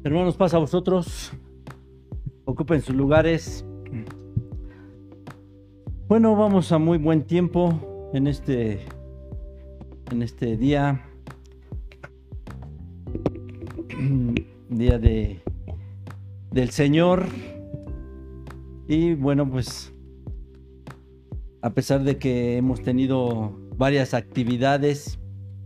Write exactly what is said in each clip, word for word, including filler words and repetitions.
Hermanos, pasa a vosotros. Ocupen sus lugares. Bueno, vamos a muy buen tiempo en este, en este día. Día de, del Señor. Y bueno, pues a pesar de que hemos tenido varias actividades,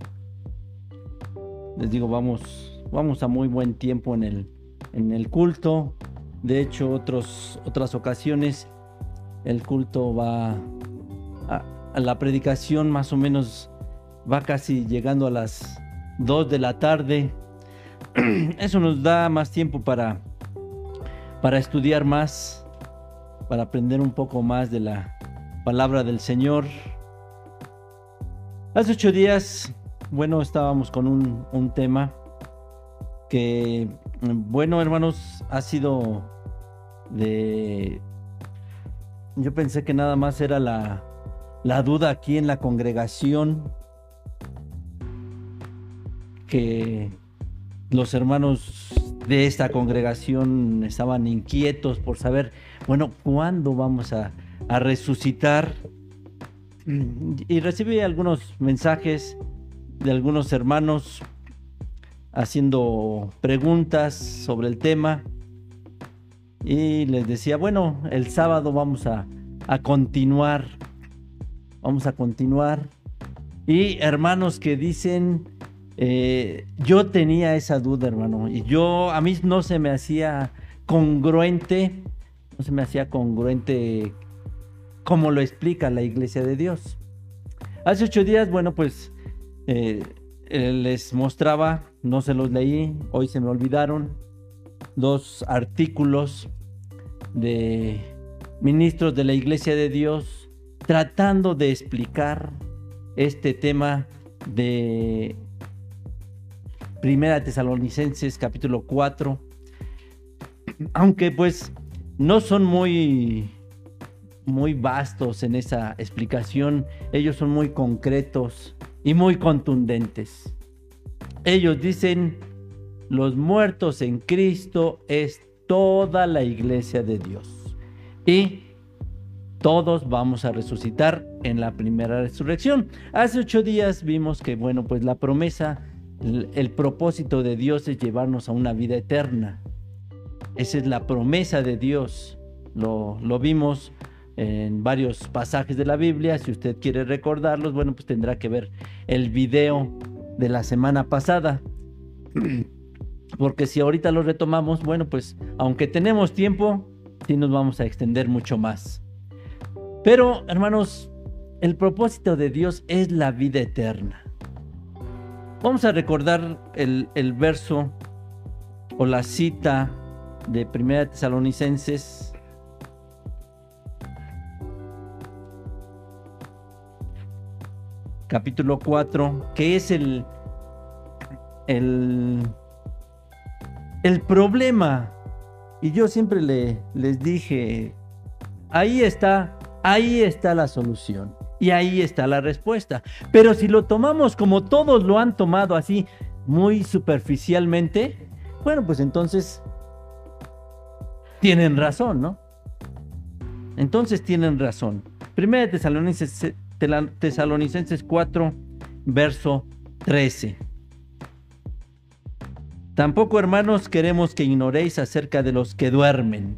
les digo, vamos, vamos a muy buen tiempo en el, en el culto. De hecho, otros, otras ocasiones el culto va a, a la predicación más o menos va casi llegando a las dos de la tarde. Eso nos da más tiempo para, para estudiar más, para aprender un poco más de la palabra del Señor. Hace ocho días, bueno, estábamos con un, un tema que, bueno, hermanos, ha sido de... Yo pensé que nada más era la, la duda aquí en la congregación, que los hermanos de esta congregación estaban inquietos por saber, bueno, ¿cuándo vamos a, a resucitar? Y recibí algunos mensajes de algunos hermanos haciendo preguntas sobre el tema. Y les decía, bueno, el sábado vamos a, a continuar. Vamos a continuar. Y hermanos que dicen, eh, yo tenía esa duda, hermano. Y yo, a mí no se me hacía congruente, no se me hacía congruente como lo explica la Iglesia de Dios. Hace ocho días, bueno, pues eh, les mostraba, no se los leí, hoy se me olvidaron, dos artículos de ministros de la Iglesia de Dios tratando de explicar este tema de Primera de Tesalonicenses capítulo cuatro, aunque pues no son muy muy vastos en esa explicación. Ellos son muy concretos y muy contundentes. Ellos dicen: los muertos en Cristo es toda la Iglesia de Dios, y todos vamos a resucitar en la primera resurrección. Hace ocho días vimos que, bueno, pues la promesa, el, el propósito de Dios es llevarnos a una vida eterna. Esa es la promesa de Dios. Lo, lo vimos en varios pasajes de la Biblia. Si usted quiere recordarlos, bueno, pues tendrá que ver el video de la semana pasada. Porque si ahorita lo retomamos, bueno, pues aunque tenemos tiempo, sí nos vamos a extender mucho más. Pero, hermanos, el propósito de Dios es la vida eterna. Vamos a recordar el, el verso o la cita de Primera de Tesalonicenses capítulo cuatro, que es el, el, el problema. Y yo siempre le, les dije, ahí está, ahí está la solución y ahí está la respuesta. Pero si lo tomamos como todos lo han tomado, así muy superficialmente, bueno, pues entonces tienen razón, ¿no? Entonces tienen razón. Primera de Tesalonicenses Tesalonicenses cuatro, verso trece. Tampoco, hermanos, queremos que ignoréis acerca de los que duermen.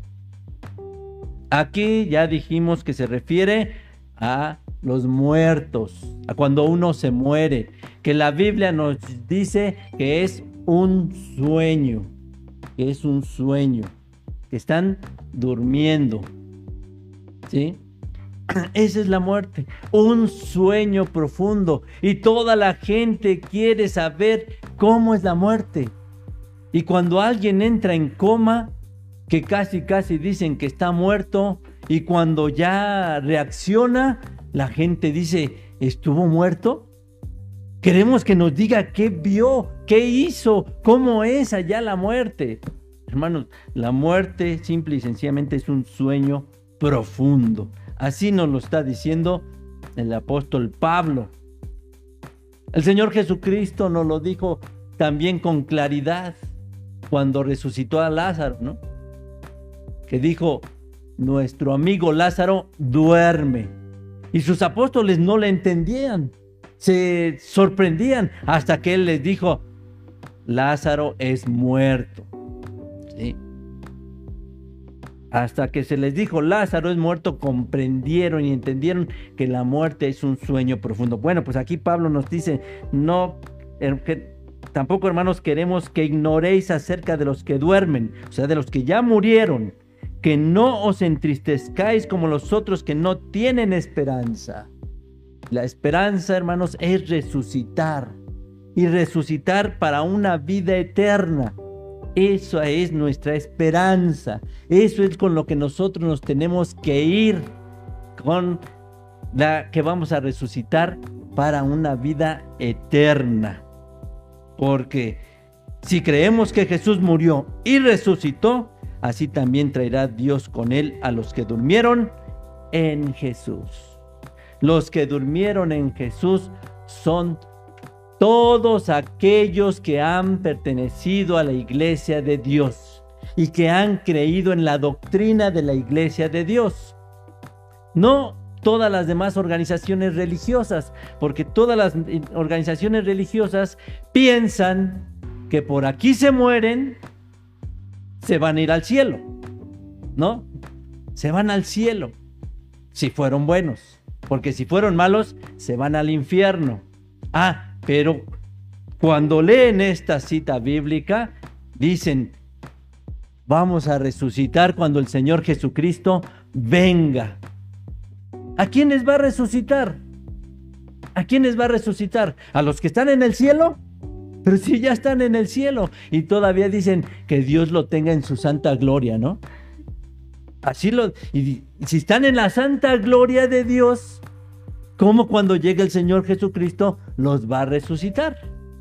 Aquí ya dijimos que se refiere a los muertos, a cuando uno se muere, que la Biblia nos dice que es un sueño, que es un sueño, que están durmiendo, ¿sí? Esa es la muerte, un sueño profundo, y toda la gente quiere saber cómo es la muerte. Y cuando alguien entra en coma, que casi casi dicen que está muerto, y cuando ya reacciona, la gente dice: ¿estuvo muerto? Queremos que nos diga qué vio, qué hizo, cómo es allá la muerte. Hermanos, la muerte simple y sencillamente es un sueño profundo. Así nos lo está diciendo el apóstol Pablo. El Señor Jesucristo nos lo dijo también con claridad. cuando resucitó a Lázaro, ¿no? Que dijo, nuestro amigo Lázaro duerme. Y sus apóstoles no le entendían, se sorprendían hasta que él les dijo, Lázaro es muerto. ¿Sí? Hasta que se les dijo, Lázaro es muerto, comprendieron y entendieron que la muerte es un sueño profundo. Bueno, pues aquí Pablo nos dice, no, que tampoco, hermanos, queremos que ignoréis acerca de los que duermen, o sea, de los que ya murieron, que no os entristezcáis como los otros que no tienen esperanza. La esperanza, hermanos, es resucitar, y resucitar para una vida eterna. Eso es nuestra esperanza. Eso es con lo que nosotros nos tenemos que ir, con la que vamos a resucitar para una vida eterna. Porque si creemos que Jesús murió y resucitó, así también traerá Dios con él a los que durmieron en Jesús. Los que durmieron en Jesús son todos aquellos que han pertenecido a la iglesia de Dios y que han creído en la doctrina de la iglesia de Dios. No todas las demás organizaciones religiosas, porque todas las organizaciones religiosas piensan que por aquí se mueren, se van a ir al cielo, ¿no? Se van al cielo, si fueron buenos, porque si fueron malos, se van al infierno. Ah, pero cuando leen esta cita bíblica, dicen, vamos a resucitar cuando el Señor Jesucristo venga. ¿A quiénes va a resucitar? ¿A quiénes va a resucitar? ¿A los que están en el cielo? Pero si ya están en el cielo y todavía dicen que Dios lo tenga en su santa gloria, ¿no? Así lo, y si están en la santa gloria de Dios, ¿cómo cuando llegue el Señor Jesucristo los va a resucitar?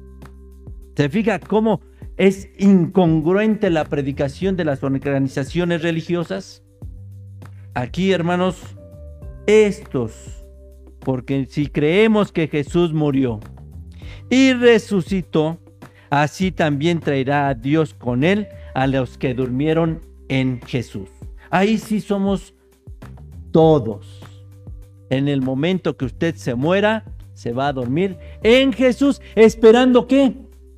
¿Se fija cómo es incongruente la predicación de las organizaciones religiosas? Aquí, hermanos, estos, porque si creemos que Jesús murió y resucitó, así también traerá a Dios con él a los que durmieron en Jesús. Ahí sí somos todos. En el momento que usted se muera, se va a dormir en Jesús, esperando ¿qué?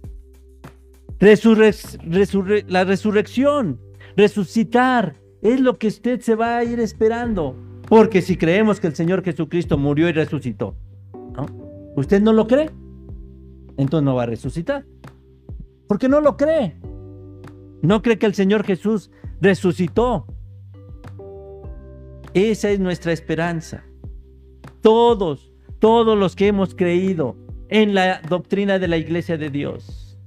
Resurre resurre la resurrección, resucitar. Es lo que usted se va a ir esperando. Porque si creemos que el Señor Jesucristo murió y resucitó, ¿no? ¿Usted no lo cree? Entonces no va a resucitar. Porque no lo cree. No cree que el Señor Jesús resucitó. Esa es nuestra esperanza. Todos, todos los que hemos creído en la doctrina de la iglesia de Dios.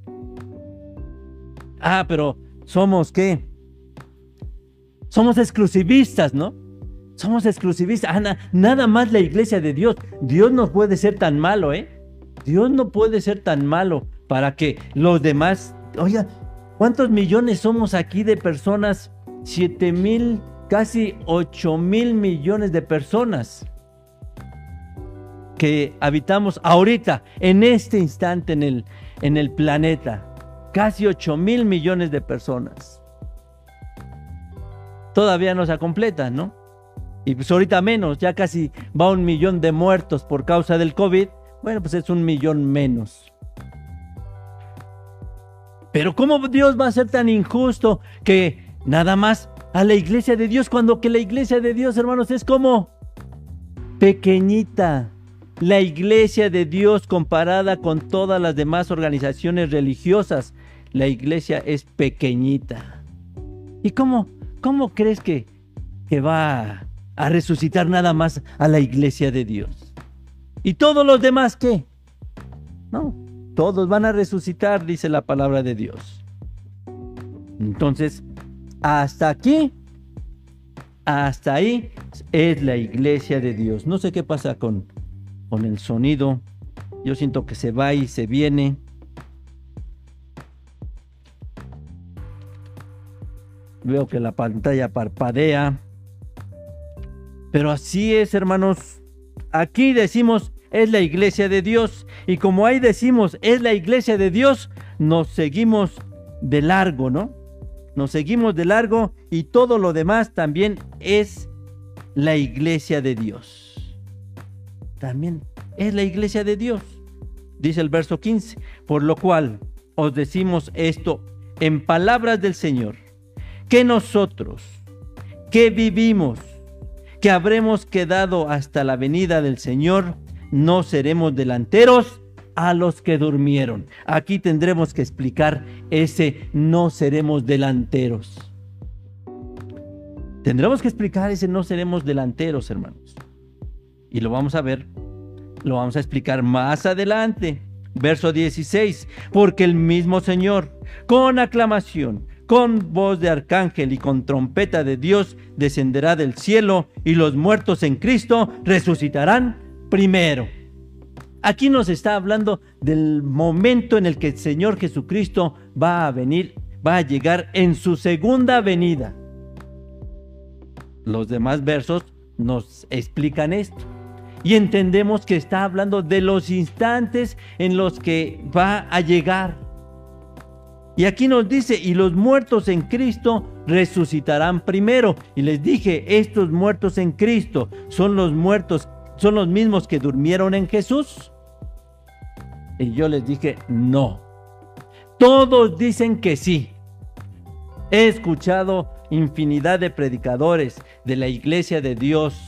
Ah, pero ¿somos qué? Somos exclusivistas, ¿no? Somos exclusivistas. Ah, na, nada más la iglesia de Dios. Dios no puede ser tan malo, ¿eh? Dios no puede ser tan malo para que los demás... Oiga, ¿cuántos millones somos aquí de personas? Siete mil, casi ocho mil millones de personas que habitamos ahorita, en este instante en el, en el planeta. Casi ocho mil millones de personas. Todavía no se completa, ¿no? Y pues ahorita menos, ya casi va un millón de muertos por causa del COVID. Bueno, pues es un millón menos. Pero ¿cómo Dios va a ser tan injusto que nada más a la iglesia de Dios, cuando que la iglesia de Dios, hermanos, es como pequeñita? La iglesia de Dios comparada con todas las demás organizaciones religiosas, la iglesia es pequeñita. ¿Y cómo, cómo crees que, que va a, a resucitar nada más a la iglesia de Dios? ¿Y todos los demás qué? No, todos van a resucitar, dice la palabra de Dios. Entonces, hasta aquí, hasta ahí es la iglesia de Dios. No sé qué pasa con, con el sonido. Yo siento que se va y se viene. Veo que la pantalla parpadea. Pero así es, hermanos. Aquí decimos, es la iglesia de Dios. Y como ahí decimos, es la iglesia de Dios, nos seguimos de largo, ¿no? Nos seguimos de largo y todo lo demás también es la iglesia de Dios. También es la iglesia de Dios. Dice el verso quince, por lo cual os decimos esto en palabras del Señor, que nosotros, que vivimos, que habremos quedado hasta la venida del Señor, no seremos delanteros a los que durmieron. Aquí tendremos que explicar ese no seremos delanteros. Tendremos que explicar ese no seremos delanteros, hermanos. Y lo vamos a ver, lo vamos a explicar más adelante. Verso dieciséis, porque el mismo Señor, con aclamación, con voz de arcángel y con trompeta de Dios, descenderá del cielo y los muertos en Cristo resucitarán primero. Aquí nos está hablando del momento en el que el Señor Jesucristo va a venir, va a llegar en su segunda venida. Los demás versos nos explican esto. Y entendemos que está hablando de los instantes en los que va a llegar. Y aquí nos dice, y los muertos en Cristo resucitarán primero. Y les dije, estos muertos en Cristo son los muertos, son los mismos que durmieron en Jesús. Y yo les dije, no. Todos dicen que sí. He escuchado infinidad de predicadores de la Iglesia de Dios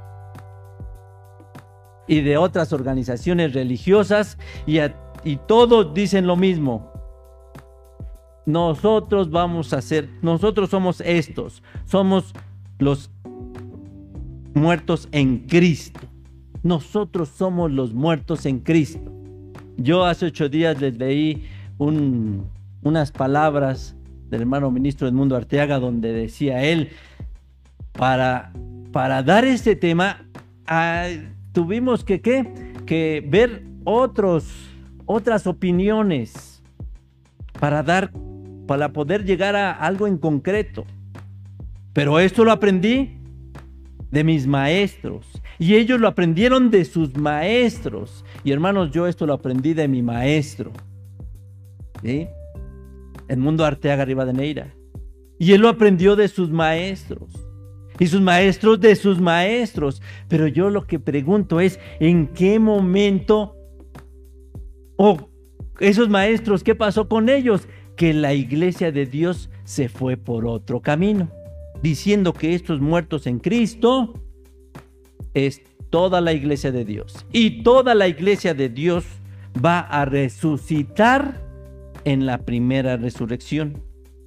y de otras organizaciones religiosas y, a, y todos dicen lo mismo. Nosotros vamos a ser, nosotros somos estos, somos los muertos en Cristo. Nosotros somos los muertos en Cristo. Yo hace ocho días les leí un, unas palabras del hermano ministro Edmundo Arteaga donde decía él, para, para dar este tema, a, tuvimos que, ¿qué? que ver otros, otras opiniones para dar, para poder llegar a algo en concreto. Pero esto lo aprendí de mis maestros y ellos lo aprendieron de sus maestros. Y hermanos, yo esto lo aprendí de mi maestro, ¿sí? Edmundo Arteaga Rivadeneira. Y él lo aprendió de sus maestros. Y sus maestros de sus maestros. Pero yo lo que pregunto es, ¿en qué momento, o oh, esos maestros, qué pasó con ellos? Que la iglesia de Dios se fue por otro camino, diciendo que estos muertos en Cristo es toda la iglesia de Dios. Y toda la iglesia de Dios va a resucitar en la primera resurrección.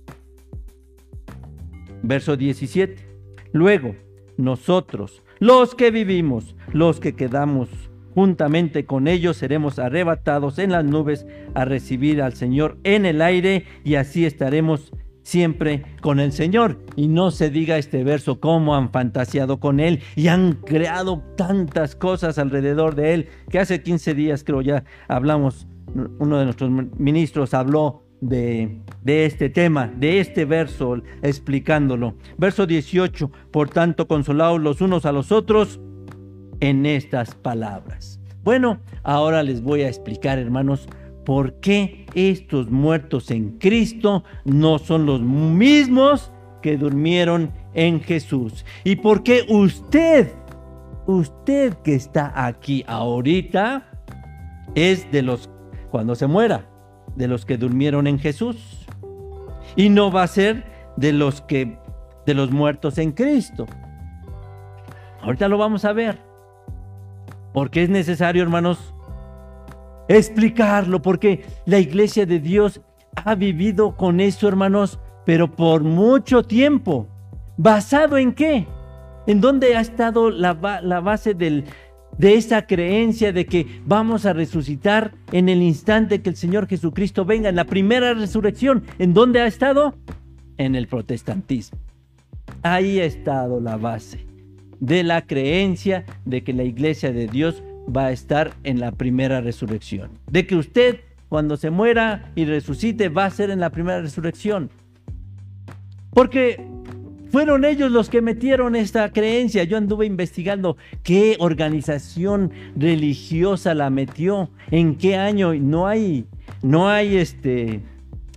Verso diecisiete. Luego, nosotros, los que vivimos, los que quedamos juntamente con ellos, seremos arrebatados en las nubes a recibir al Señor en el aire, y así estaremos siempre con el Señor. Y no se diga este verso cómo han fantaseado con Él y han creado tantas cosas alrededor de Él, que hace quince días creo ya hablamos, uno de nuestros ministros habló De, de este tema, de este verso, explicándolo. Verso dieciocho, por tanto, consolaos los unos a los otros en estas palabras. Bueno, ahora les voy a explicar, hermanos, por qué estos muertos en Cristo no son los mismos que durmieron en Jesús. Y por qué usted, usted que está aquí ahorita, es de los, cuando se muera, de los que durmieron en Jesús, y no va a ser de los que de los muertos en Cristo. Ahorita lo vamos a ver, porque es necesario, hermanos, explicarlo, porque la iglesia de Dios ha vivido con eso, hermanos, pero por mucho tiempo. ¿Basado en qué? ¿En dónde ha estado la, la base del de esa creencia de que vamos a resucitar en el instante que el Señor Jesucristo venga, en la primera resurrección? ¿En dónde ha estado? En el protestantismo. Ahí ha estado la base de la creencia de que la iglesia de Dios va a estar en la primera resurrección. De que usted, cuando se muera y resucite, va a ser en la primera resurrección. Porque fueron ellos los que metieron esta creencia. Yo anduve investigando qué organización religiosa la metió, en qué año. No hay, no hay este,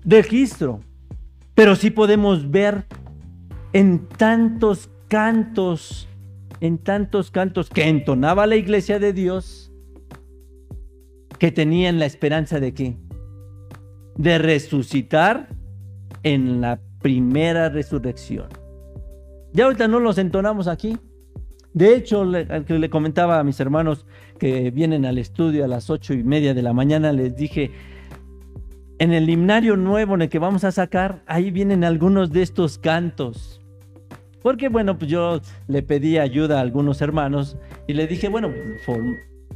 registro, pero sí podemos ver en tantos cantos, en tantos cantos que entonaba la iglesia de Dios, que tenían la esperanza de ¿qué? De resucitar en la primera resurrección. Ya ahorita no los entonamos aquí. De hecho, le, le comentaba a mis hermanos que vienen al estudio a las ocho y media de la mañana, les dije, en el himnario nuevo en el que vamos a sacar, ahí vienen algunos de estos cantos. Porque bueno, pues yo le pedí ayuda a algunos hermanos y le dije, bueno, form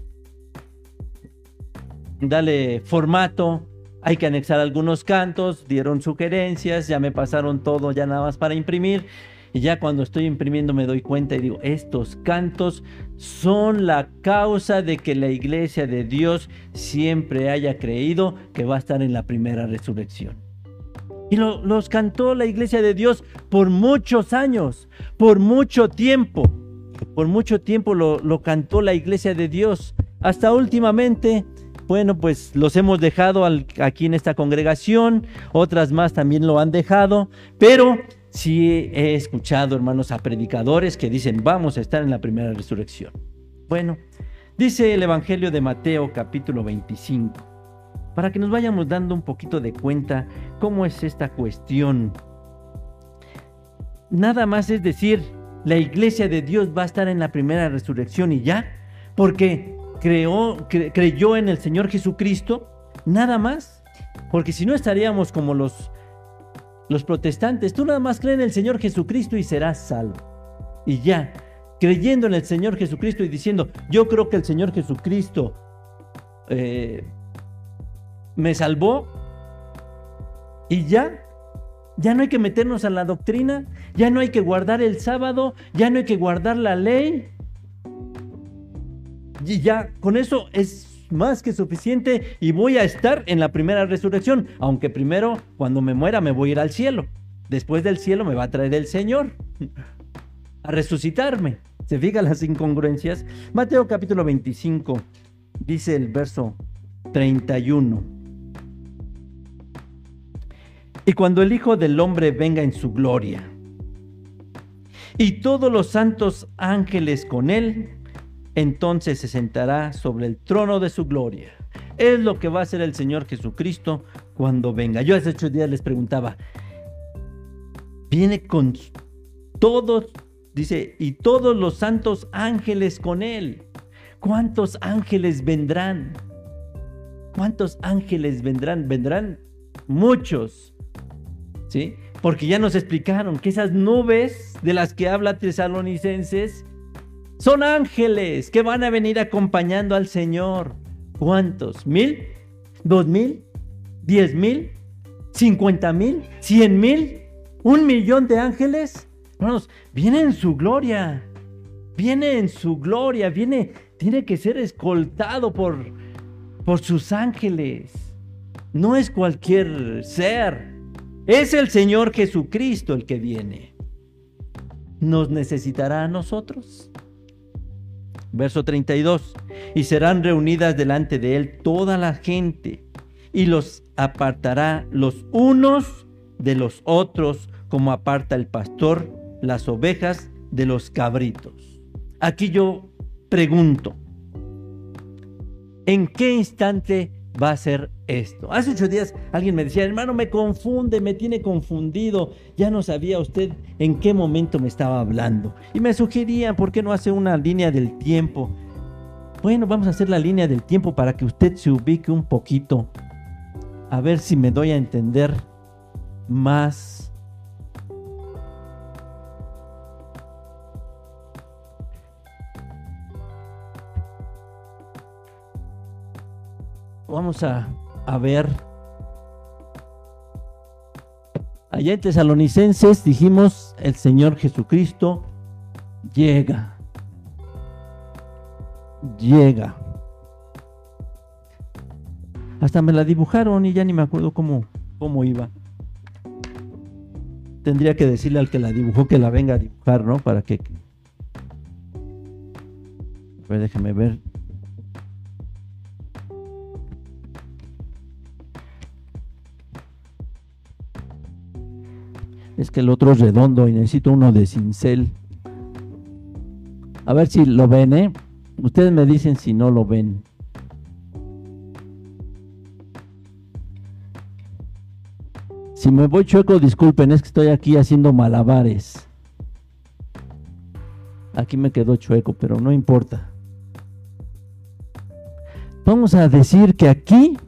dale formato, hay que anexar algunos cantos, dieron sugerencias, ya me pasaron todo ya nada más para imprimir. Y ya cuando estoy imprimiendo me doy cuenta y digo, estos cantos son la causa de que la iglesia de Dios siempre haya creído que va a estar en la primera resurrección. Y lo, los cantó la iglesia de Dios por muchos años, por mucho tiempo. Por mucho tiempo lo, lo cantó la iglesia de Dios. Hasta últimamente, bueno, pues los hemos dejado al, aquí en esta congregación. Otras más también lo han dejado. Pero sí he escuchado, hermanos, a predicadores que dicen, vamos a estar en la primera resurrección. Bueno, dice el Evangelio de Mateo, capítulo veinticinco. Para que nos vayamos dando un poquito de cuenta cómo es esta cuestión. Nada más es decir, la iglesia de Dios va a estar en la primera resurrección y ya, porque creó, cre, creyó en el Señor Jesucristo, nada más, porque si no estaríamos como los, los protestantes, tú nada más cree en el Señor Jesucristo y serás salvo, y ya, creyendo en el Señor Jesucristo y diciendo, yo creo que el Señor Jesucristo eh, me salvó y ya, ya no hay que meternos a la doctrina, ya no hay que guardar el sábado, ya no hay que guardar la ley. Y ya, con eso es más que suficiente y voy a estar en la primera resurrección, aunque primero, cuando me muera, me voy a ir al cielo. Después del cielo me va a traer el Señor a resucitarme. ¿Se fijan las incongruencias? Mateo capítulo veinticinco, dice el verso treinta y uno. Y cuando el Hijo del Hombre venga en su gloria, y todos los santos ángeles con él, entonces se sentará sobre el trono de su gloria. Es lo que va a hacer el Señor Jesucristo cuando venga. Yo hace ocho días les preguntaba, viene con todos, dice, y todos los santos ángeles con él. ¿Cuántos ángeles vendrán? ¿Cuántos ángeles vendrán? Vendrán muchos. ¿Sí? Porque ya nos explicaron que esas nubes de las que habla Tesalonicenses son ángeles que van a venir acompañando al Señor. ¿Cuántos? ¿Mil? ¿Dos mil? ¿Diez mil? ¿Cincuenta mil? ¿Cien mil? ¿Un millón de ángeles? Hermanos, viene en su gloria. Viene en su gloria. Viene, tiene que ser escoltado por, por sus ángeles. No es cualquier ser. Es el Señor Jesucristo el que viene. ¿Nos necesitará a nosotros? Verso treinta y dos. Y serán reunidas delante de él toda la gente, y los apartará los unos de los otros, como aparta el pastor las ovejas de los cabritos. Aquí yo pregunto, ¿en qué instante va a ser esto? Hace ocho días alguien me decía, hermano, me confunde, me tiene confundido, ya no sabía usted en qué momento me estaba hablando. Y me sugerían, ¿por qué no hace una línea del tiempo? Bueno, vamos a hacer la línea del tiempo para que usted se ubique un poquito, a ver si me doy a entender más. Vamos a, a ver. Allá en Tesalonicenses dijimos, el Señor Jesucristo llega. Llega. Hasta me la dibujaron y ya ni me acuerdo cómo, cómo iba. Tendría que decirle al que la dibujó que la venga a dibujar, ¿no? Para que... A ver, déjame ver. Es que el otro es redondo y necesito uno de cincel. A ver si lo ven, ¿eh? Ustedes me dicen si no lo ven. Si me voy chueco, disculpen, es que estoy aquí haciendo malabares. Aquí me quedó chueco, pero no importa. Vamos a decir que aquí,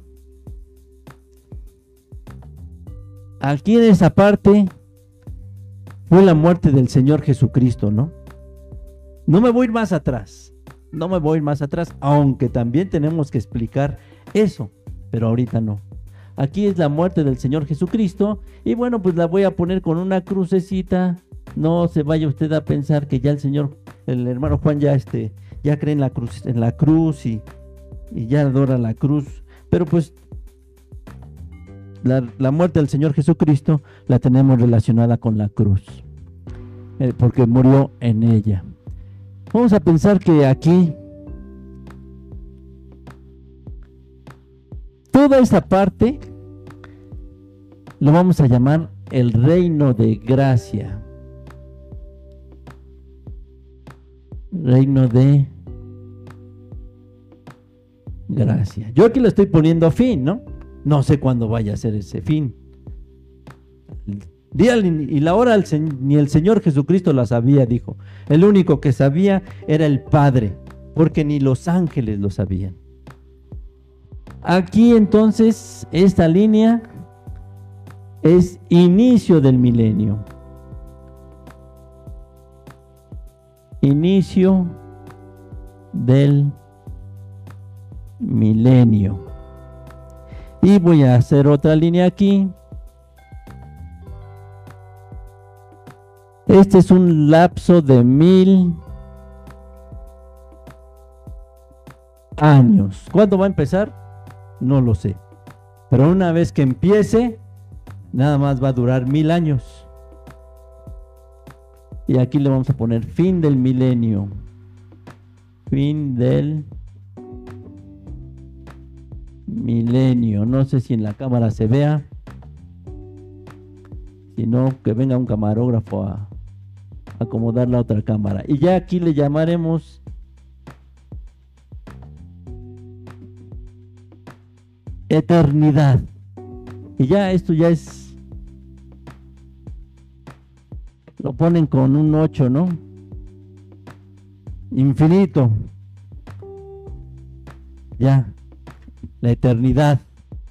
aquí en esa parte, fue la muerte del Señor Jesucristo, ¿no? No me voy a ir más atrás, no me voy a ir más atrás, aunque también tenemos que explicar eso, pero ahorita no. Aquí es la muerte del Señor Jesucristo, y bueno, pues la voy a poner con una crucecita. No se vaya usted a pensar que ya el Señor, el hermano Juan ya este, ya cree en la cruz, en la cruz y, y ya adora la cruz, pero pues la, la muerte del Señor Jesucristo la tenemos relacionada con la cruz, eh, porque murió en ella. Vamos a pensar que aquí toda esta parte lo vamos a llamar el reino de gracia. Reino de gracia. Yo aquí le estoy poniendo fin, ¿no? No sé cuándo vaya a ser ese fin. El día y la hora ni el Señor Jesucristo la sabía, dijo. El único que sabía era el Padre, porque ni los ángeles lo sabían. Aquí entonces esta línea es inicio del milenio. Inicio del milenio. Y voy a hacer otra línea aquí. Este es un lapso de mil años. ¿Cuándo va a empezar? No lo sé. Pero una vez que empiece, nada más va a durar mil años. Y aquí le vamos a poner fin del milenio. Fin del milenio. No sé si en la cámara se vea. Si no, que venga un camarógrafo a acomodar la otra cámara. Y ya aquí le llamaremos eternidad. Y ya esto ya es, lo ponen con un ocho, ¿no? Infinito. Ya, la eternidad.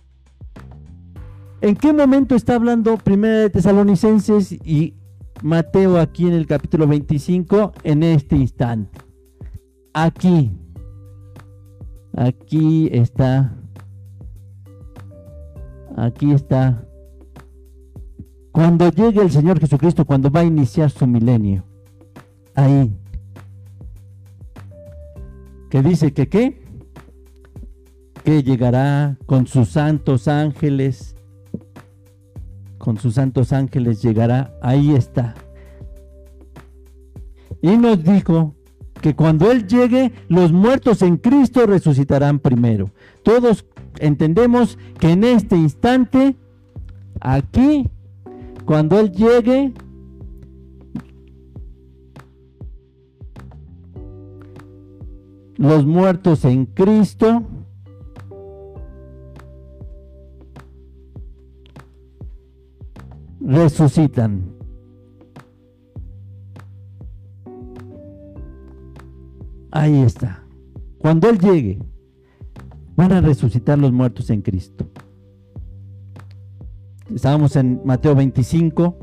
¿En qué momento está hablando Primera de Tesalonicenses y Mateo aquí en el capítulo veinticinco? En este instante. Aquí. Aquí está. Aquí está. Cuando llegue el Señor Jesucristo, cuando va a iniciar su milenio. Ahí. Que dice que qué? Que llegará con sus santos ángeles. Con sus santos ángeles llegará. Ahí está. Y nos dijo que cuando Él llegue, los muertos en Cristo resucitarán primero. Todos entendemos que en este instante, aquí, cuando Él llegue, los muertos en Cristo resucitan. Ahí está. Cuando Él llegue, van a resucitar los muertos en Cristo. Estábamos en Mateo veinticinco,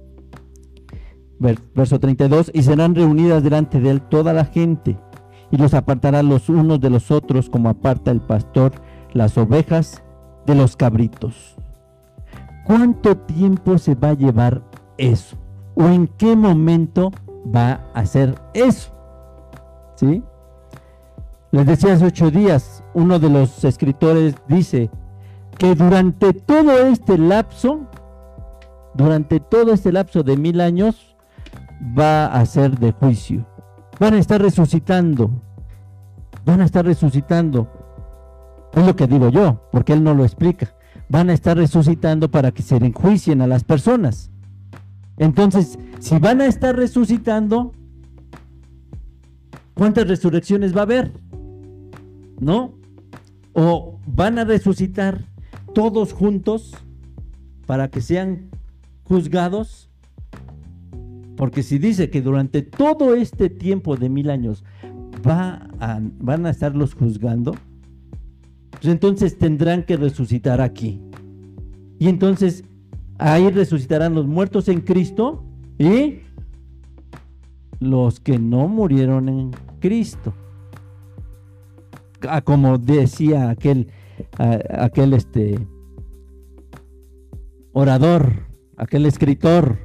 verso treinta y dos, y serán reunidas delante de Él toda la gente, y los apartará los unos de los otros, como aparta el pastor las ovejas de los cabritos. ¿Cuánto tiempo se va a llevar eso? ¿O en qué momento va a hacer eso? ¿Sí? Les decía hace ocho días, uno de los escritores dice que durante todo este lapso, durante todo este lapso de mil años, va a ser de juicio. Van a estar resucitando, van a estar resucitando. Es lo que digo yo, porque él no lo explica. Van a estar resucitando para que se enjuicien a las personas. Entonces, si van a estar resucitando, ¿cuántas resurrecciones va a haber? ¿No? ¿O van a resucitar todos juntos para que sean juzgados? Porque si dice que durante todo este tiempo de mil años va a, van a estarlos juzgando, pues entonces tendrán que resucitar aquí. Y entonces ahí resucitarán los muertos en Cristo y los que no murieron en Cristo. Ah, como decía aquel, ah, aquel este orador, aquel escritor.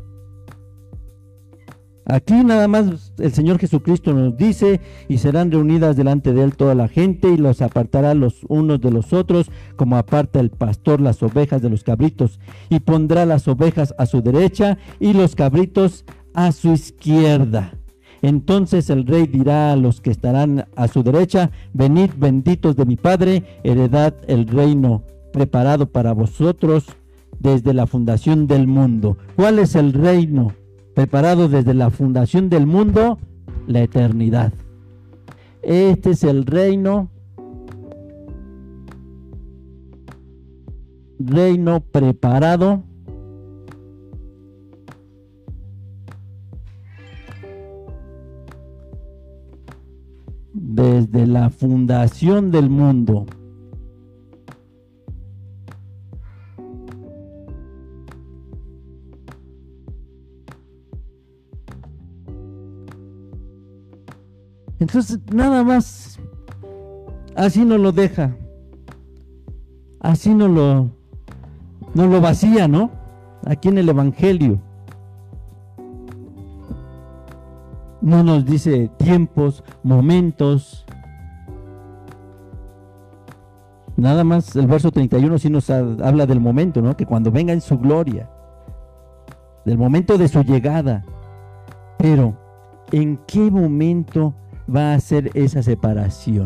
Aquí nada más el Señor Jesucristo nos dice: y serán reunidas delante de Él toda la gente, y los apartará los unos de los otros, como aparta el pastor las ovejas de los cabritos, y pondrá las ovejas a su derecha y los cabritos a su izquierda. Entonces el rey dirá a los que estarán a su derecha: venid, benditos de mi Padre, heredad el reino preparado para vosotros desde la fundación del mundo. ¿Cuál es el reino preparado desde la fundación del mundo? La eternidad. Este es el reino, reino preparado desde la fundación del mundo. Entonces, nada más, así no lo deja, así no lo, no lo vacía, ¿no? Aquí en el Evangelio. No nos dice tiempos, momentos. Nada más el verso treinta y uno sí nos ha, habla del momento, ¿no? Que cuando venga en su gloria, del momento de su llegada. Pero, ¿en qué momento va a ser esa separación?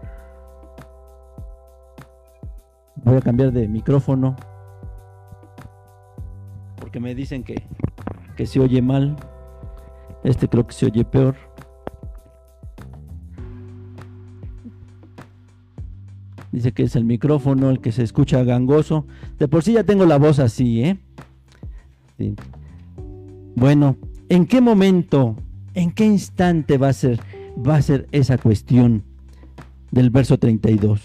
Voy a cambiar de micrófono porque me dicen que, que se oye mal. Este creo que se oye peor. Dice que es el micrófono el que se escucha gangoso. De por sí ya tengo la voz así, ¿eh? Sí. Bueno, ¿en qué momento, en qué instante va a ser, va a ser esa cuestión del verso treinta y dos?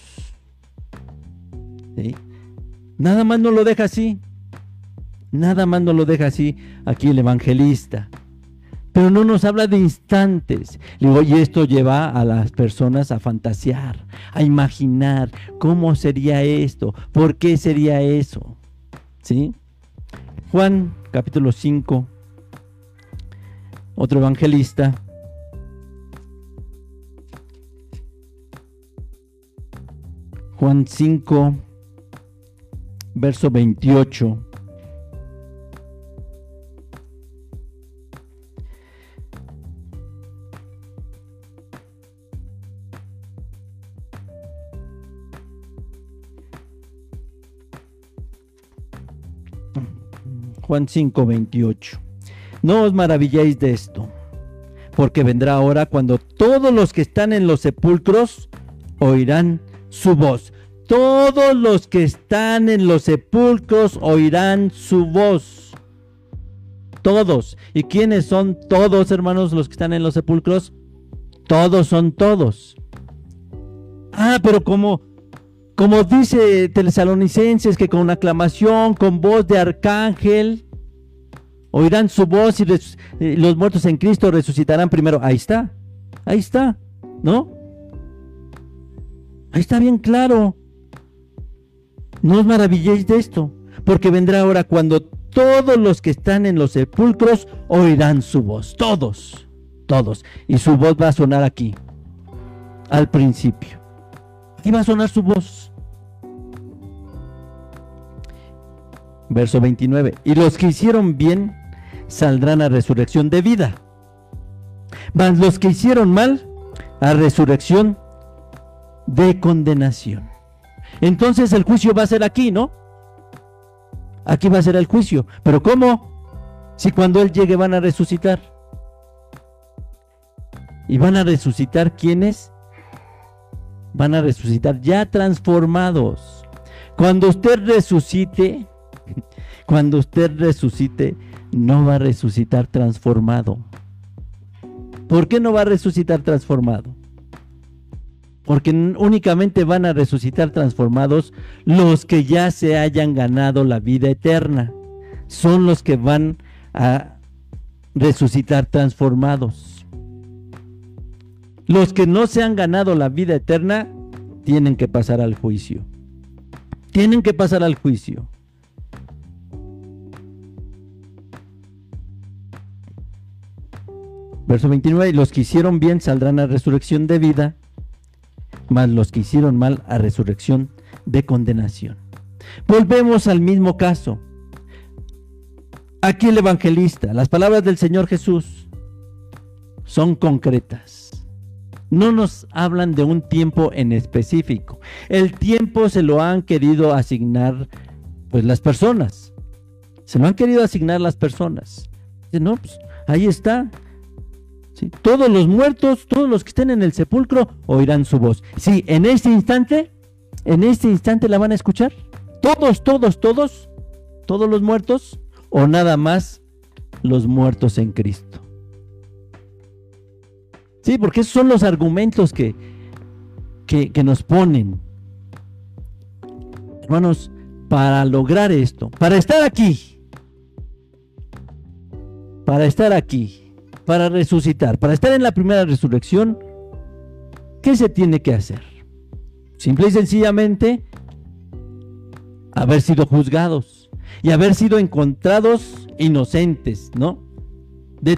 ¿Sí? Nada más no lo deja así. Nada más no lo deja así aquí el evangelista. Pero no nos habla de instantes. Le digo, y esto lleva a las personas a fantasear, a imaginar cómo sería esto, por qué sería eso. ¿Sí? Juan, capítulo cinco, otro evangelista. Juan cinco, verso veintiocho. Juan cinco, veintiocho. No os maravilléis de esto, porque vendrá hora cuando todos los que están en los sepulcros oirán su voz. Todos los que están en los sepulcros oirán su voz. Todos. ¿Y quiénes son todos, hermanos, los que están en los sepulcros? Todos son todos. Ah, pero como... Como dice Tesalonicenses, que con aclamación, con voz de arcángel, oirán su voz y res, eh, los muertos en Cristo resucitarán primero. Ahí está, ahí está, ¿no? Ahí está bien claro. No os maravilléis de esto, porque vendrá ahora cuando todos los que están en los sepulcros oirán su voz. Todos, todos. Y su voz va a sonar aquí, al principio. Aquí va a sonar su voz. Verso veintinueve. Y los que hicieron bien saldrán a resurrección de vida, mas los que hicieron mal a resurrección de condenación. Entonces el juicio va a ser aquí, ¿no? Aquí va a ser el juicio. ¿Pero cómo? Si cuando Él llegue van a resucitar. ¿Y van a resucitar quiénes? Van a resucitar ya transformados. Cuando usted resucite, cuando usted resucite, no va a resucitar transformado. ¿Por qué no va a resucitar transformado? Porque únicamente van a resucitar transformados los que ya se hayan ganado la vida eterna. Son los que van a resucitar transformados. Los que no se han ganado la vida eterna tienen que pasar al juicio. Tienen que pasar al juicio. Verso veintinueve, los que hicieron bien saldrán a resurrección de vida, mas los que hicieron mal a resurrección de condenación. Volvemos al mismo caso. Aquí el evangelista, las palabras del Señor Jesús son concretas. No nos hablan de un tiempo en específico. El tiempo se lo han querido asignar pues las personas. Se lo han querido asignar las personas. No, pues ahí está. ¿Sí? Todos los muertos, todos los que estén en el sepulcro oirán su voz. Sí, en este instante, en este instante la van a escuchar. Todos, todos, todos, todos los muertos, o nada más los muertos en Cristo. Sí, porque esos son los argumentos que, que, que nos ponen. Hermanos, para lograr esto, para estar aquí, para estar aquí, para resucitar, para estar en la primera resurrección, ¿qué se tiene que hacer? Simple y sencillamente, haber sido juzgados y haber sido encontrados inocentes, ¿no? De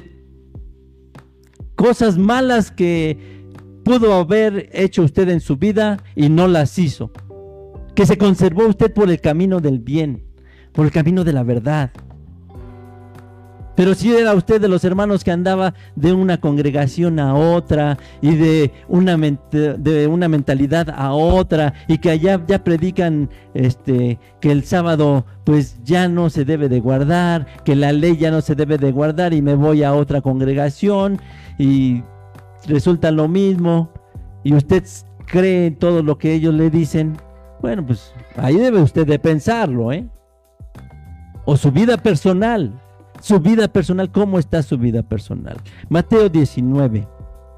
cosas malas que pudo haber hecho usted en su vida y no las hizo. Que se conservó usted por el camino del bien, por el camino de la verdad. Pero si era usted de los hermanos que andaba de una congregación a otra y de una, de una mentalidad a otra y que allá ya predican este, que el sábado pues ya no se debe de guardar, que la ley ya no se debe de guardar y me voy a otra congregación y resulta lo mismo y usted cree en todo lo que ellos le dicen, bueno pues ahí debe usted de pensarlo, ¿eh? O su vida personal. Su vida personal, ¿cómo está su vida personal? Mateo diecinueve.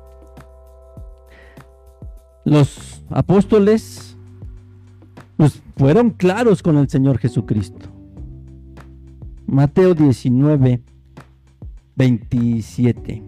Los apóstoles pues, fueron claros con el Señor Jesucristo. Mateo diecinueve, veintisiete.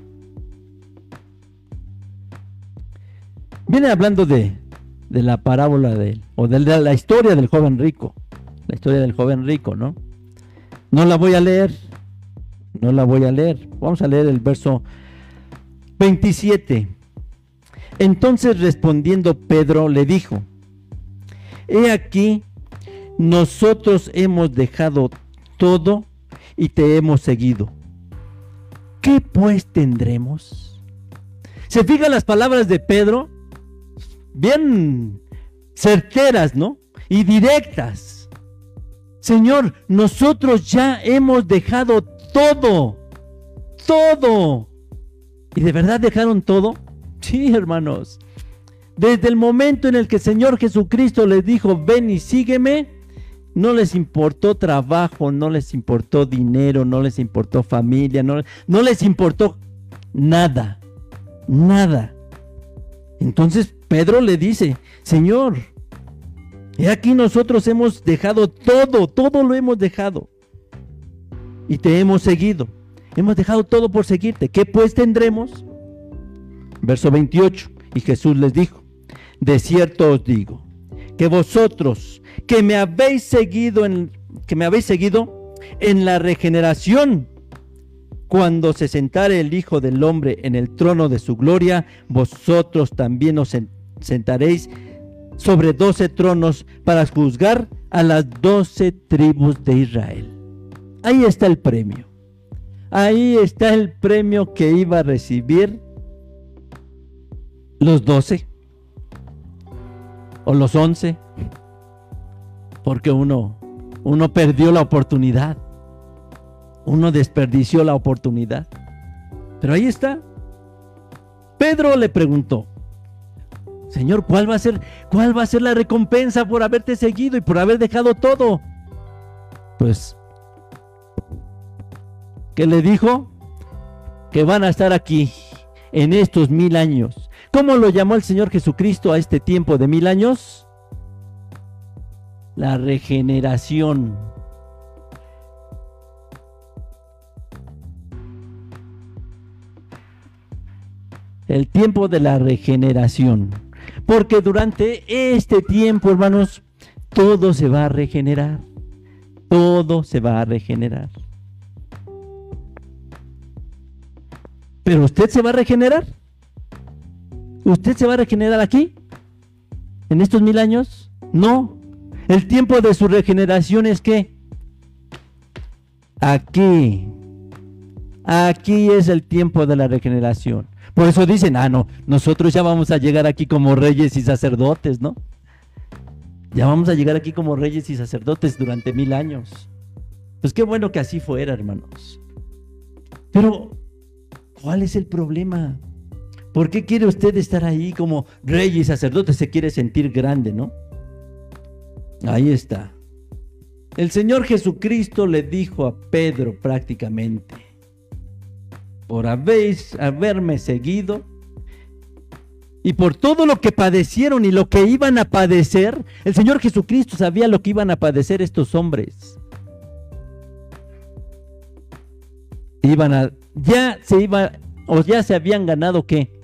Viene hablando de, de la parábola de él, o de la, la historia del joven rico. La historia del joven rico, ¿no? No la voy a leer, no la voy a leer. Vamos a leer el verso veintisiete. Entonces respondiendo Pedro le dijo: he aquí, nosotros hemos dejado todo y te hemos seguido. ¿Qué pues tendremos? ¿Se fijan las palabras de Pedro? Bien certeras, ¿no? Y directas. Señor, nosotros ya hemos dejado todo, todo. ¿Y de verdad dejaron todo? Sí, hermanos. Desde el momento en el que el Señor Jesucristo les dijo, ven y sígueme, no les importó trabajo, no les importó dinero, no les importó familia, no, no les importó nada, nada. Entonces Pedro le dice, Señor, he aquí nosotros hemos dejado todo, todo lo hemos dejado y te hemos seguido. Hemos dejado todo por seguirte. ¿Qué pues tendremos? Verso veintiocho. Y Jesús les dijo: de cierto os digo, que vosotros que me habéis seguido en, que me habéis seguido en la regeneración, cuando se sentare el Hijo del Hombre en el trono de su gloria, vosotros también os sentaréis sobre doce tronos para juzgar a las doce tribus de Israel. Ahí está el premio. Ahí está el premio que iba a recibir los doce o los once, porque uno, uno perdió la oportunidad. Uno desperdició la oportunidad. Pero ahí está. Pedro le preguntó: Señor, ¿cuál va a ser, cuál va a ser la recompensa por haberte seguido y por haber dejado todo? Pues, ¿qué le dijo? Que van a estar aquí en estos mil años. ¿Cómo lo llamó el Señor Jesucristo a este tiempo de mil años? La regeneración. El tiempo de la regeneración. Porque durante este tiempo, hermanos, todo se va a regenerar. Todo se va a regenerar. ¿Pero usted se va a regenerar? ¿Usted se va a regenerar aquí? ¿En estos mil años? No. El tiempo de su regeneración es ¿qué? Aquí. Aquí es el tiempo de la regeneración. Por eso dicen, ah, no, nosotros ya vamos a llegar aquí como reyes y sacerdotes, ¿no? Ya vamos a llegar aquí como reyes y sacerdotes durante mil años. Pues qué bueno que así fuera, hermanos. Pero, ¿cuál es el problema? ¿Por qué quiere usted estar ahí como rey y sacerdote? Se quiere sentir grande, ¿no? Ahí está. El Señor Jesucristo le dijo a Pedro prácticamente: por habéis, haberme seguido y por todo lo que padecieron y lo que iban a padecer, el Señor Jesucristo sabía lo que iban a padecer estos hombres. Iban a, ya se iba, o ya se habían ganado ¿qué?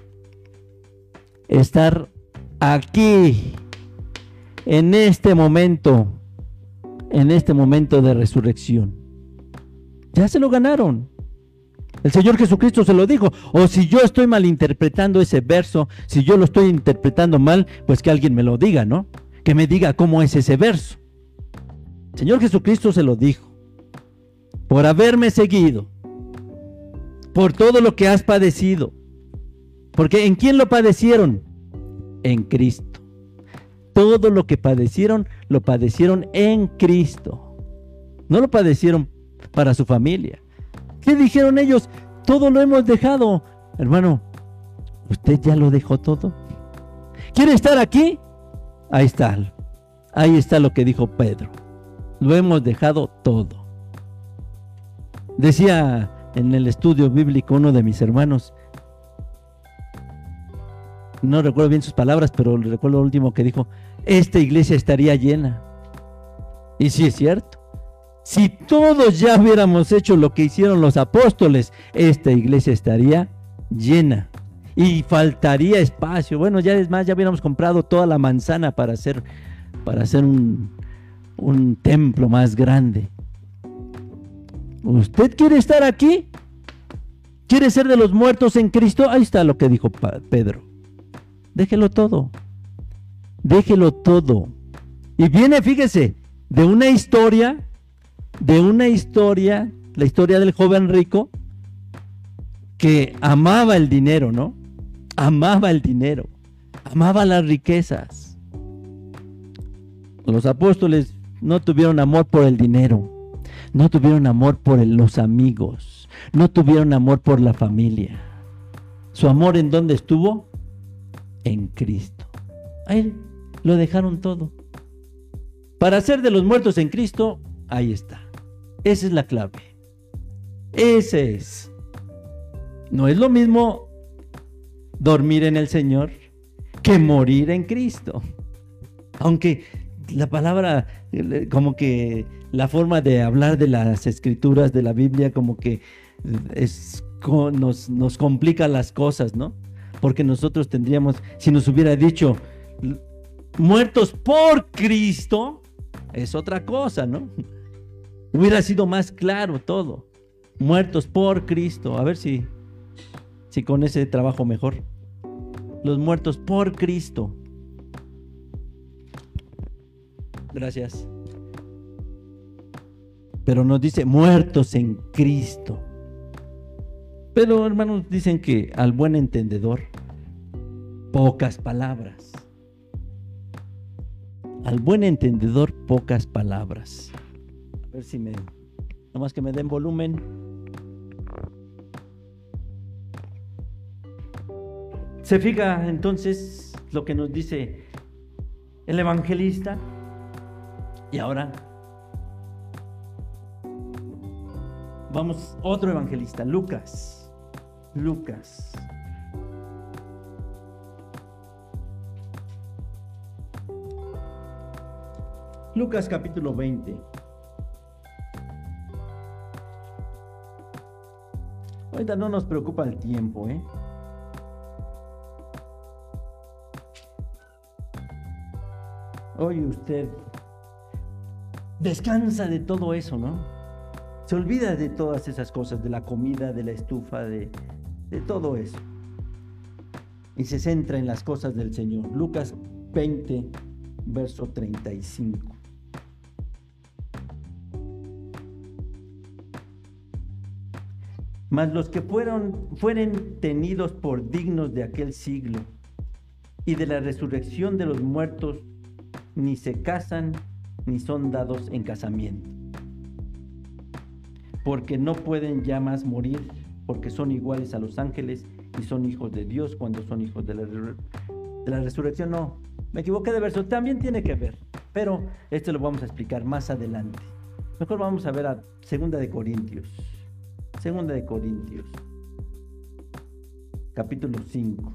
Estar aquí, en este momento, en este momento de resurrección. Ya se lo ganaron. El Señor Jesucristo se lo dijo. O si yo estoy malinterpretando ese verso, si yo lo estoy interpretando mal, pues que alguien me lo diga, ¿no? Que me diga cómo es ese verso. El Señor Jesucristo se lo dijo: por haberme seguido, por todo lo que has padecido. Porque ¿en quién lo padecieron? En Cristo. Todo lo que padecieron, lo padecieron en Cristo. No lo padecieron para su familia. ¿Qué dijeron ellos? Todo lo hemos dejado. Hermano, ¿usted ya lo dejó todo? ¿Quiere estar aquí? Ahí está. Ahí está lo que dijo Pedro. Lo hemos dejado todo. Decía en el estudio bíblico uno de mis hermanos, no recuerdo bien sus palabras, pero recuerdo lo último que dijo: esta iglesia estaría llena. Y sí es cierto. Si todos ya hubiéramos hecho lo que hicieron los apóstoles, esta iglesia estaría llena y faltaría espacio. Bueno, ya es más, ya hubiéramos comprado toda la manzana para hacer, para hacer un, un templo más grande. ¿Usted quiere estar aquí? ¿Quiere ser de los muertos en Cristo? Ahí está lo que dijo Pedro. Déjelo todo. Déjelo todo. Y viene, fíjese, de una historia... de una historia, la historia del joven rico que amaba el dinero, ¿no? Amaba el dinero, amaba las riquezas. Los apóstoles no tuvieron amor por el dinero, no tuvieron amor por el, los amigos, no tuvieron amor por la familia. ¿Su amor en dónde estuvo? En Cristo. A él lo dejaron todo. Para ser de los muertos en Cristo, ahí está. Esa es la clave. Ese es. No es lo mismo dormir en el Señor que morir en Cristo. Aunque la palabra, como que la forma de hablar de las escrituras de la Biblia, como que es, nos, nos complica las cosas, ¿no? Porque nosotros tendríamos, si nos hubiera dicho muertos por Cristo, es otra cosa, ¿no? Hubiera sido más claro todo. Muertos por Cristo. A ver si, si con ese trabajo mejor. Los muertos por Cristo. Gracias. Pero nos dice muertos en Cristo. Pero hermanos, dicen que al buen entendedor, pocas palabras. Al buen entendedor, pocas palabras. A ver si me Nomás que me den volumen. Se fija entonces lo que nos dice el evangelista. Y ahora vamos, otro evangelista, Lucas. Lucas. Lucas capítulo veinte. Ahorita no nos preocupa el tiempo, ¿eh? Hoy usted descansa de todo eso, ¿no? Se olvida de todas esas cosas, de la comida, de la estufa, de, de todo eso. Y se centra en las cosas del Señor. Lucas veinte, verso treinta y cinco. Mas los que fueron, fueren tenidos por dignos de aquel siglo y de la resurrección de los muertos, ni se casan ni son dados en casamiento, porque no pueden ya más morir, porque son iguales a los ángeles y son hijos de Dios cuando son hijos de la, de la resurrección. No, me equivoqué de verso, también tiene que ver, pero esto lo vamos a explicar más adelante. Mejor vamos a ver a Segunda de Corintios. Segunda de Corintios, capítulo cinco.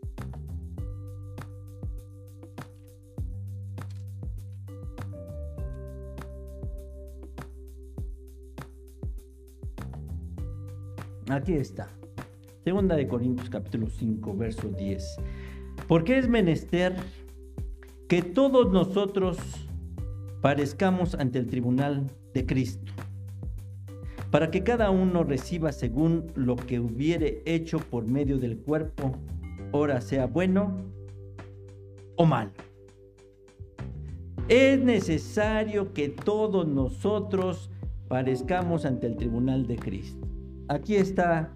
Aquí está. Segunda de Corintios, capítulo cinco, verso diez. Porque es menester que todos nosotros parezcamos ante el tribunal de Cristo, para que cada uno reciba según lo que hubiere hecho por medio del cuerpo, ora sea bueno o malo. Es necesario que todos nosotros parezcamos ante el tribunal de Cristo. Aquí está,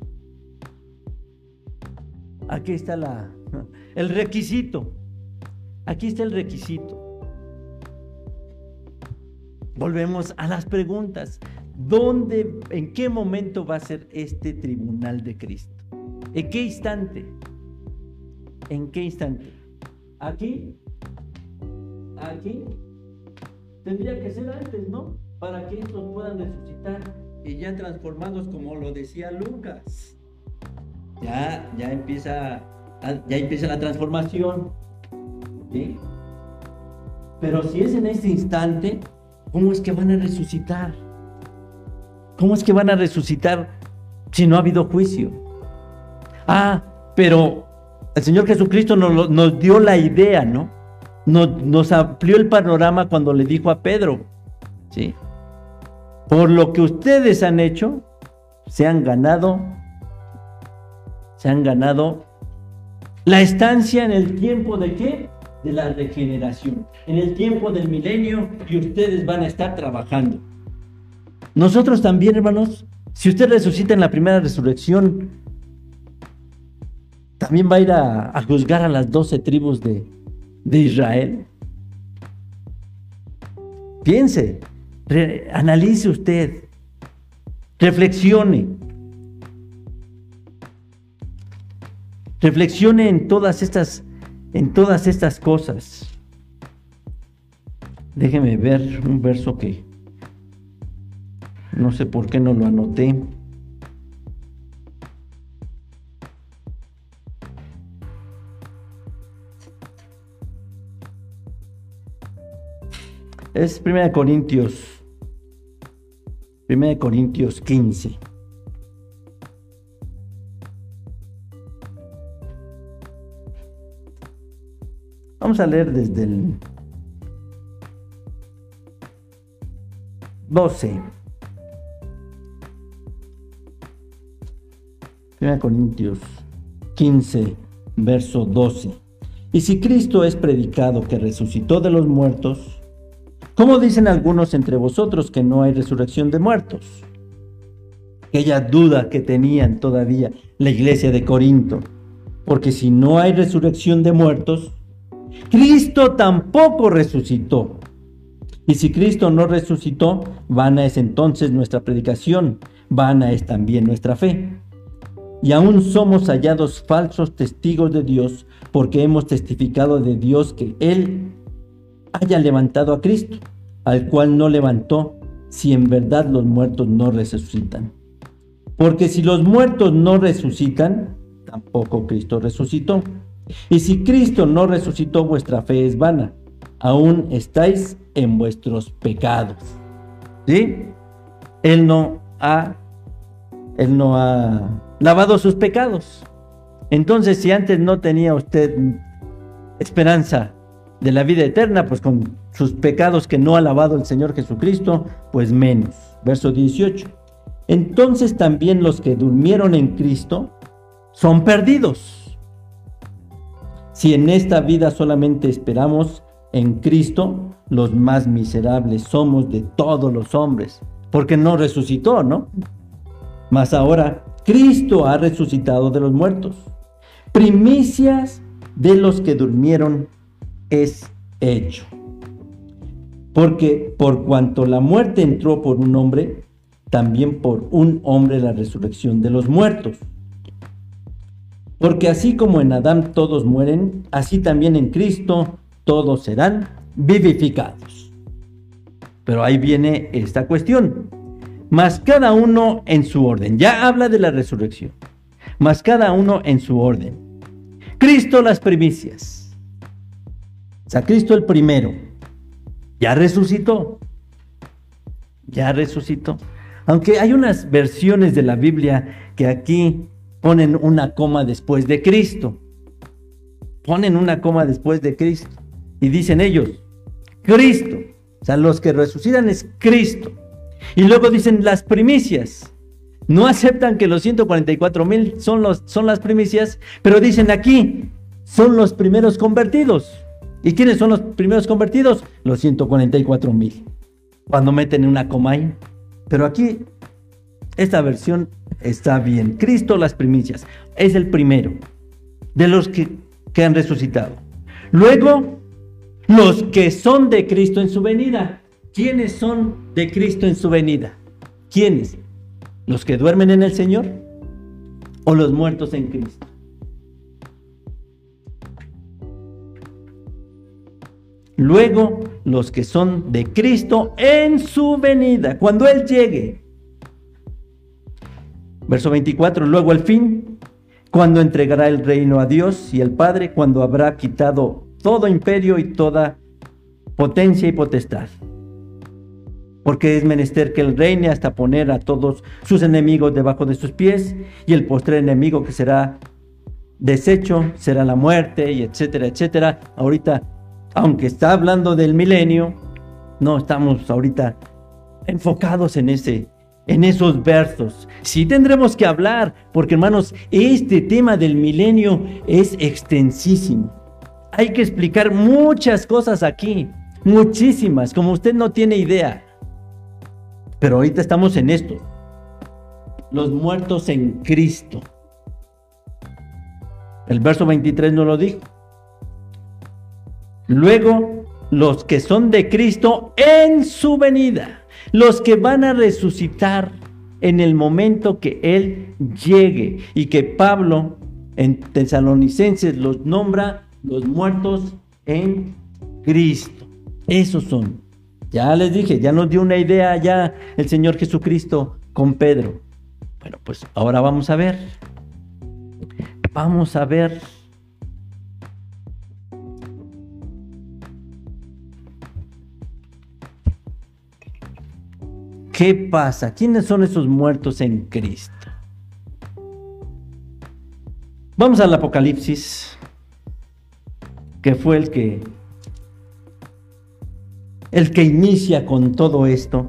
aquí está la, el requisito. Aquí está el requisito. Volvemos a las preguntas. ¿Dónde, en qué momento va a ser este tribunal de Cristo? ¿En qué instante? ¿En qué instante? ¿Aquí? ¿Aquí? Tendría que ser antes, ¿no? Para que estos puedan resucitar y ya transformados, como lo decía Lucas. Ya, ya empieza, ya empieza la transformación, ¿sí? Pero si es en este instante, ¿cómo es que van a resucitar? ¿Cómo es que van a resucitar si no ha habido juicio? Ah, pero el Señor Jesucristo nos, nos dio la idea, ¿no? Nos, nos amplió el panorama cuando le dijo a Pedro, ¿sí? Por lo que ustedes han hecho, se han ganado, se han ganado la estancia en el tiempo de ¿qué? De la regeneración, en el tiempo del milenio, y ustedes van a estar trabajando. Nosotros también, hermanos, si usted resucita en la primera resurrección, también va a ir a, a juzgar a las doce tribus de, de Israel. Piense, re, analice usted, reflexione, reflexione en todas estas, en todas estas cosas. Déjeme ver un verso que no sé por qué no lo anoté. Es primera de Corintios, primera de Corintios quince. Vamos a leer desde el doce. primera de Corintios quince, verso doce. Y si Cristo es predicado que resucitó de los muertos, ¿cómo dicen algunos entre vosotros que no hay resurrección de muertos? Aquella duda que tenían todavía la iglesia de Corinto. Porque si no hay resurrección de muertos, Cristo tampoco resucitó. Y si Cristo no resucitó, vana es entonces nuestra predicación, vana es también nuestra fe. Y aún somos hallados falsos testigos de Dios, porque hemos testificado de Dios que Él haya levantado a Cristo, al cual no levantó, si en verdad los muertos no resucitan. Porque si los muertos no resucitan, tampoco Cristo resucitó. Y si Cristo no resucitó, vuestra fe es vana. Aún estáis en vuestros pecados. ¿Sí? Él no ha, Él no ha lavado sus pecados. Entonces, si antes no tenía usted esperanza de la vida eterna, pues con sus pecados que no ha lavado el Señor Jesucristo, pues menos. Verso dieciocho. Entonces también los que durmieron en Cristo son perdidos. Si en esta vida solamente esperamos en Cristo, los más miserables somos de todos los hombres, porque no resucitó, ¿no? Mas ahora Cristo ha resucitado de los muertos. Primicias de los que durmieron es hecho. Porque por cuanto la muerte entró por un hombre, también por un hombre la resurrección de los muertos. Porque así como en Adán todos mueren, así también en Cristo todos serán vivificados. Pero ahí viene esta cuestión. Mas cada uno en su orden. Ya habla de la resurrección. Mas cada uno en su orden. Cristo las primicias. O sea, Cristo el primero. Ya resucitó. Ya resucitó. Aunque hay unas versiones de la Biblia que aquí ponen una coma después de Cristo. Ponen una coma después de Cristo. Y dicen ellos, Cristo. O sea, los que resucitan es Cristo. Y luego dicen las primicias. No aceptan que los ciento cuarenta y cuatro mil son, los, son las primicias, pero dicen aquí, son los primeros convertidos. ¿Y quiénes son los primeros convertidos? Los ciento cuarenta y cuatro mil. Cuando meten una coma ahí. Pero aquí, esta versión está bien. Cristo las primicias. Es el primero de los que, que han resucitado. Luego, los que son de Cristo en su venida. ¿Quiénes son de Cristo en su venida? ¿Quiénes? ¿Los que duermen en el Señor o los muertos en Cristo? Luego, los que son de Cristo en su venida, cuando Él llegue. Verso veinticuatro, luego al fin, cuando entregará el reino a Dios y el Padre, cuando habrá quitado todo imperio y toda potencia y potestad. Porque es menester que Él reine hasta poner a todos sus enemigos debajo de sus pies, y el postrer enemigo que será deshecho será la muerte, y etcétera, etcétera. Ahorita, aunque está hablando del milenio, no estamos ahorita enfocados en ese, en esos versos. Sí tendremos que hablar, porque hermanos, este tema del milenio es extensísimo. Hay que explicar muchas cosas aquí, muchísimas, como usted no tiene idea. Pero ahorita estamos en esto. Los muertos en Cristo. El verso veintitrés nos lo dijo. Luego, los que son de Cristo en su venida. Los que van a resucitar en el momento que Él llegue. Y que Pablo en Tesalonicenses los nombra los muertos en Cristo. Esos son. Ya les dije, ya nos dio una idea ya el Señor Jesucristo con Pedro. Bueno, pues ahora vamos a ver. Vamos a ver. ¿Qué pasa? ¿Quiénes son esos muertos en Cristo? Vamos al Apocalipsis, que fue el que el que inicia con todo esto.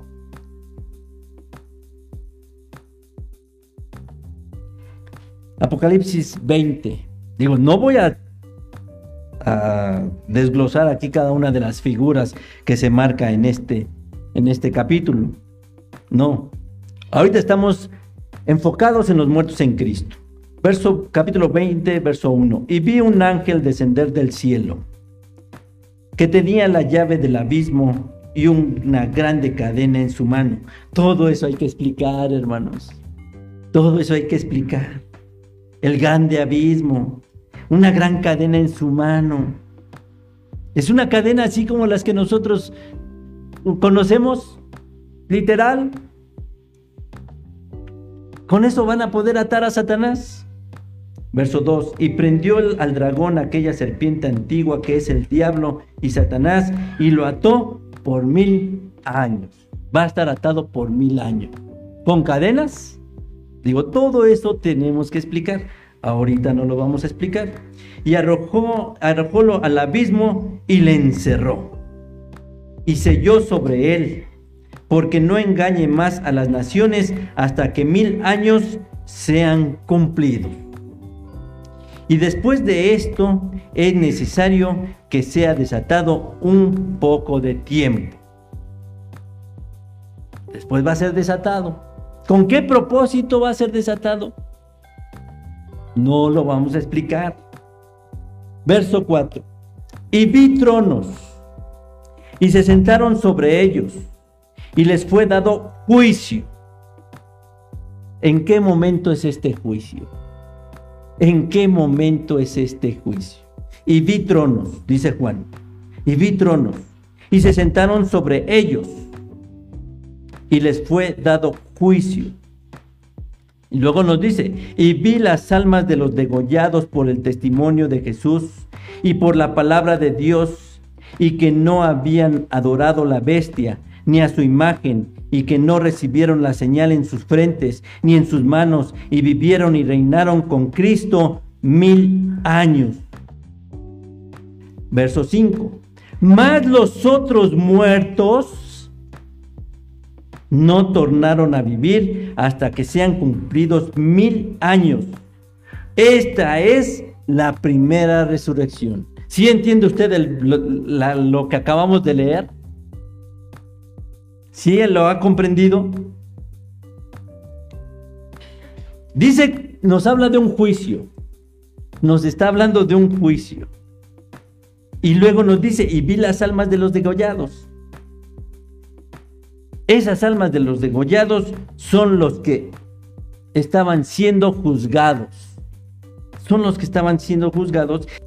Apocalipsis veinte. Digo, no voy a, a desglosar aquí cada una de las figuras que se marca en este, en este capítulo. No. Ahorita estamos enfocados en los muertos en Cristo. Verso, capítulo veinte, verso uno. Y vi un ángel descender del cielo, que tenía la llave del abismo y una grande cadena en su mano. Todo eso hay que explicar, hermanos. Todo eso hay que explicar. El grande abismo, una gran cadena en su mano. Es una cadena así como las que nosotros conocemos, literal. ¿Con eso van a poder atar a Satanás? Verso dos, y prendió al dragón, aquella serpiente antigua que es el diablo y Satanás, y lo ató por mil años. Va a estar atado por mil años. ¿Con cadenas? Digo, todo eso tenemos que explicar. Ahorita no lo vamos a explicar. Y arrojó, arrojólo al abismo y le encerró. Y selló sobre él, porque no engañe más a las naciones hasta que mil años sean cumplidos. Y después de esto es necesario que sea desatado un poco de tiempo. Después va a ser desatado. ¿Con qué propósito va a ser desatado? No lo vamos a explicar. Verso cuatro. Y vi tronos, y se sentaron sobre ellos, y les fue dado juicio. ¿En qué momento es este juicio? ¿En qué momento es este juicio? Y vi tronos, dice Juan, y vi tronos, y se sentaron sobre ellos, y les fue dado juicio. Y luego nos dice, y vi las almas de los degollados por el testimonio de Jesús y por la palabra de Dios, y que no habían adorado la bestia, ni a su imagen, y que no recibieron la señal en sus frentes, ni en sus manos, y vivieron y reinaron con Cristo mil años. Verso cinco. Mas los otros muertos no tornaron a vivir hasta que sean cumplidos mil años. Esta es la primera resurrección. ¿Sí entiende usted el, lo, la, lo que acabamos de leer? ¿Sí lo ha comprendido? Dice, nos habla de un juicio. Nos está hablando de un juicio. Y luego nos dice, y vi las almas de los degollados. Esas almas de los degollados son los que estaban siendo juzgados. Son los que estaban siendo juzgados